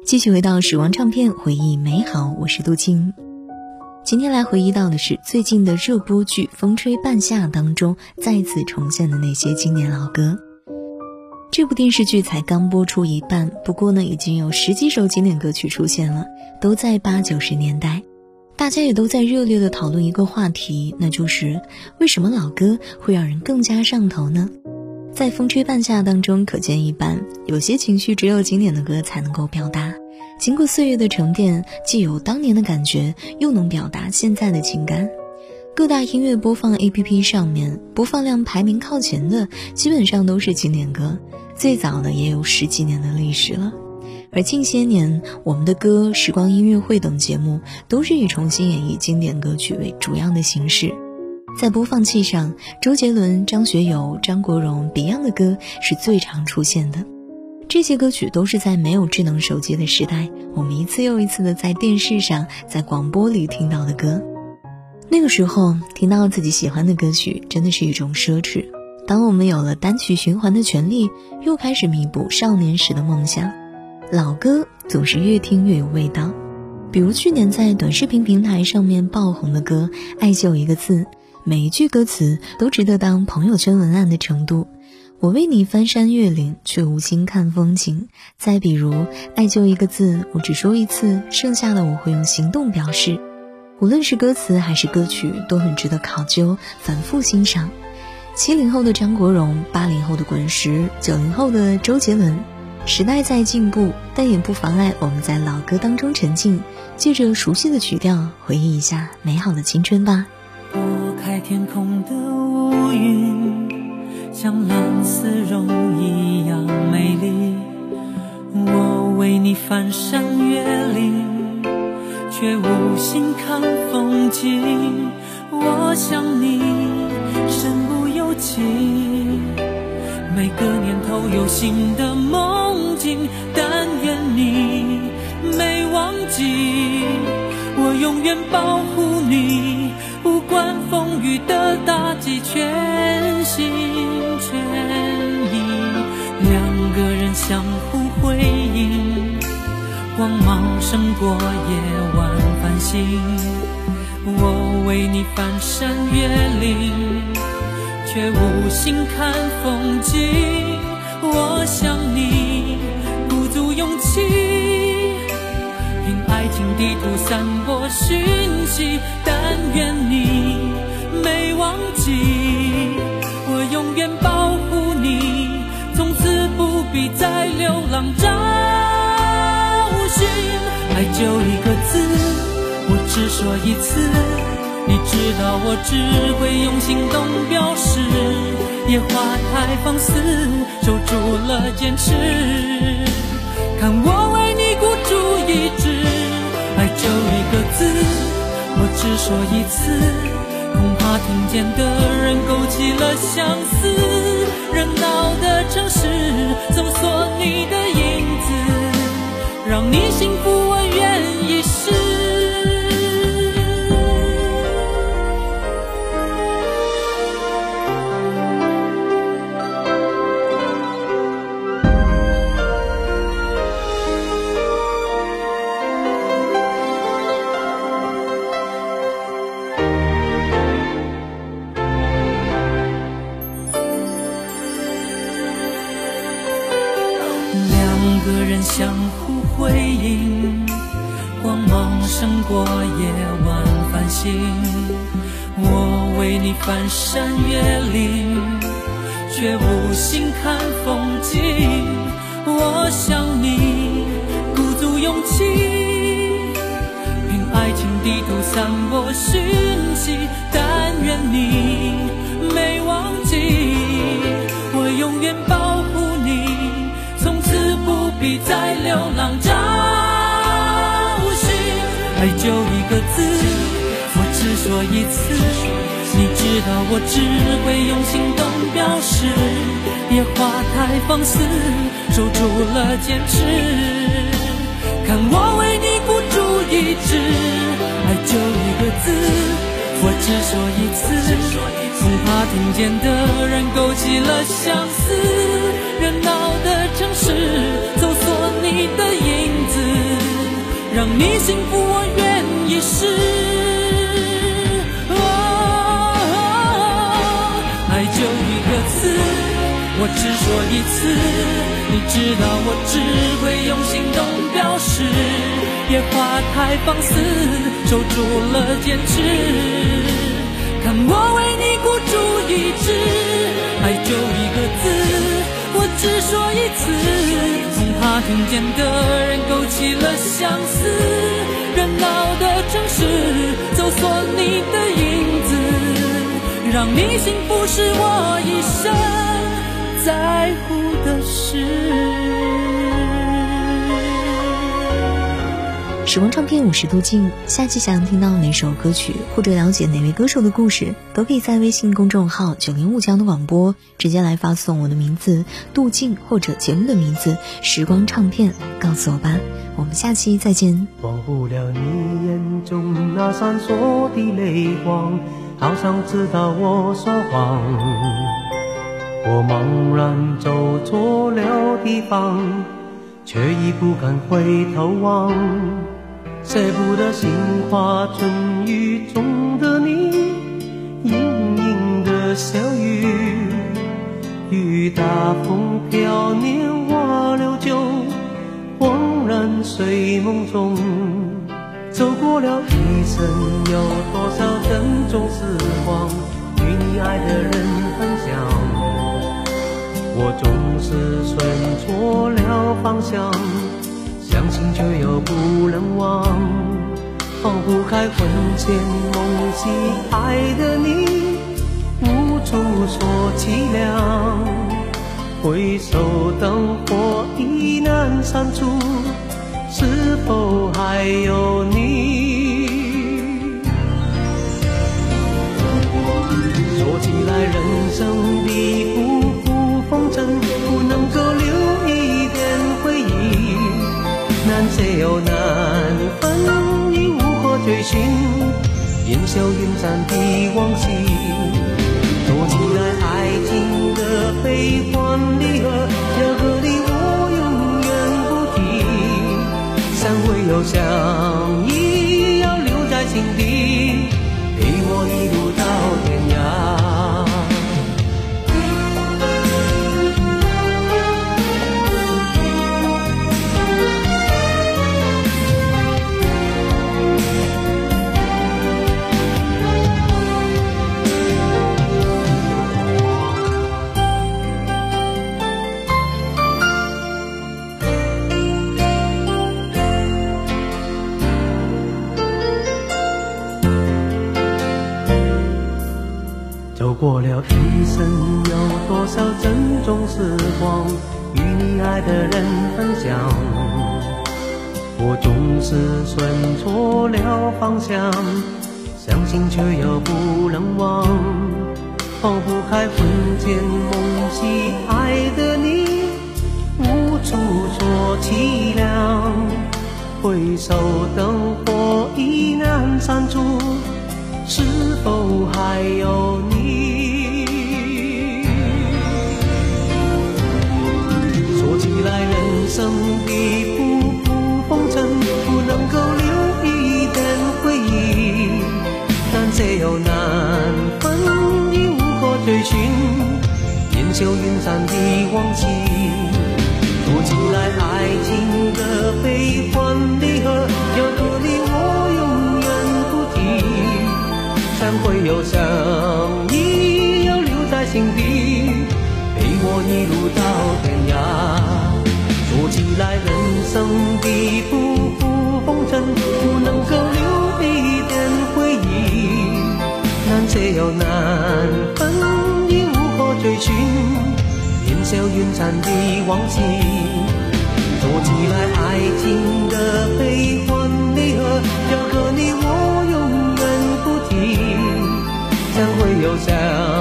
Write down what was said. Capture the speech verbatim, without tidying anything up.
继续回到时光唱片，回忆美好，我是杜青。今天来回忆到的是最近的热播剧《风吹半夏》当中再次重现的那些经典老歌。这部电视剧才刚播出一半，不过呢已经有十几首经典歌曲出现了，都在八九十年代。大家也都在热烈地讨论一个话题，那就是为什么老歌会让人更加上头呢？在《风吹半夏》当中可见一斑，有些情绪只有经典的歌才能够表达，经过岁月的沉淀，既有当年的感觉，又能表达现在的情感。各大音乐播放 A P P 上面播放量排名靠前的基本上都是经典歌，最早的也有十几年的历史了。而近些年我们的歌、时光音乐会等节目都是以重新演绎经典歌曲为主要的形式。在播放器上，周杰伦、张学友、张国荣、Beyond 的歌是最常出现的。这些歌曲都是在没有智能手机的时代，我们一次又一次的在电视上、在广播里听到的歌。那个时候听到自己喜欢的歌曲真的是一种奢侈。当我们有了单曲循环的权利，又开始弥补少年时的梦想。老歌总是越听越有味道，比如去年在短视频平台上面爆红的歌《爱就一个字》，每一句歌词都值得当朋友圈文案的程度。我为你翻山越岭，却无心看风景。再比如爱就一个字，我只说一次，剩下的我会用行动表示。无论是歌词还是歌曲，都很值得考究，反复欣赏。七零后的张国荣，八零后的滚石，九零后的周杰伦。时代在进步，但也不妨碍我们在老歌当中沉浸，借着熟悉的曲调回忆一下美好的青春吧。 拨开天空的乌云，像蓝丝绒一样美丽。我为你翻山越岭，却无心看风景。我想你身不由己，每个年头有新的梦境，但愿你没忘记，我永远保护你，不管风雨的打击，全心全意。两个人相互辉映，光芒胜过夜晚繁星。我为你翻山越岭，却无心看风景。我想你鼓足勇气，凭爱情地图散播讯息，但愿你没忘记，我永远保护你，从此不必再流浪找寻。爱就一个字，我只说一次，你知道我只会用行动表示。野花太放肆，守住了坚持，看我为你孤注一掷。爱就一个字，我只说一次，恐怕听见的人勾起了相思。热闹的城市搜索你的影子，让你幸福我愿意试。两个人相互辉映，光芒胜过夜晚繁星。我为你翻山越岭，却无心看风景。我想你鼓足勇气，凭爱情地图散播讯息，但愿你没忘记，我永远保护你，从此不必再流浪找寻。爱就一个字，我只说一次，你知道我只会用行动表示。野花太放肆，守住了坚持，看我为你孤注一掷。爱就一个字，我只说一次，恐怕听见的人勾起了相思。热闹的城市搜索你的影子， 你幸福我愿意试。哦，爱就一个字，我只说一次，你知道我只会用行动表示，野花太放肆，守住了坚持，看我为你孤注一掷。爱就一个字，我只说一次，恐怕听见的人勾起了相思，热闹的城市搜索你的影子，让你幸福是我一生在乎的事。 时光唱片五十度镜，下期想听到哪首歌曲或者了解哪位歌手的故事，都可以在微信公众号九零五江的广播直接来发送我的名字杜静或者节目的名字时光唱片告诉我吧。我们下期再见。 忘不了你眼中那闪烁的泪光，好像知道我说谎，我茫然走错了地方，却已不敢回头望，舍不得杏花春雨中的你，盈盈的小雨，雨打风飘年华流久，恍然睡梦中，走过了一生，有多少珍重时光与你爱的人分享，我总是选错了方向，相信却又不能忘，放不开魂牵梦系爱的你，无处说凄凉，回首灯火已难删除，是否还有你？说起来人生的浮浮风尘，不能够留一点回忆，难舍又难分，已无可追寻，烟消云散的往昔。说起来爱情的悲欢离合，要和你我永远不提，散会又相依，要留在心底，陪我一路到天涯。走过了一生，有多少珍重时光与你爱的人分享，我总是选错了方向，相信却又不能忘，放不开魂牵梦系爱的你，无处说凄凉，回首灯火已难删除，是否还有你？说起来人生的浮浮风尘，不能够留一点回忆，难舍又难分，已无可追寻，烟消云散的往昔。说起来爱情的悲欢离合，要和你我永远不提，散会又相依，要留在心底，陪我一路到天涯。说起来人生的浮浮风尘，不能够留一点回忆，难舍又难分，已无可追寻，烟消云散的往昔。说起来爱情的悲欢离合，要和你我永远不提，相会又相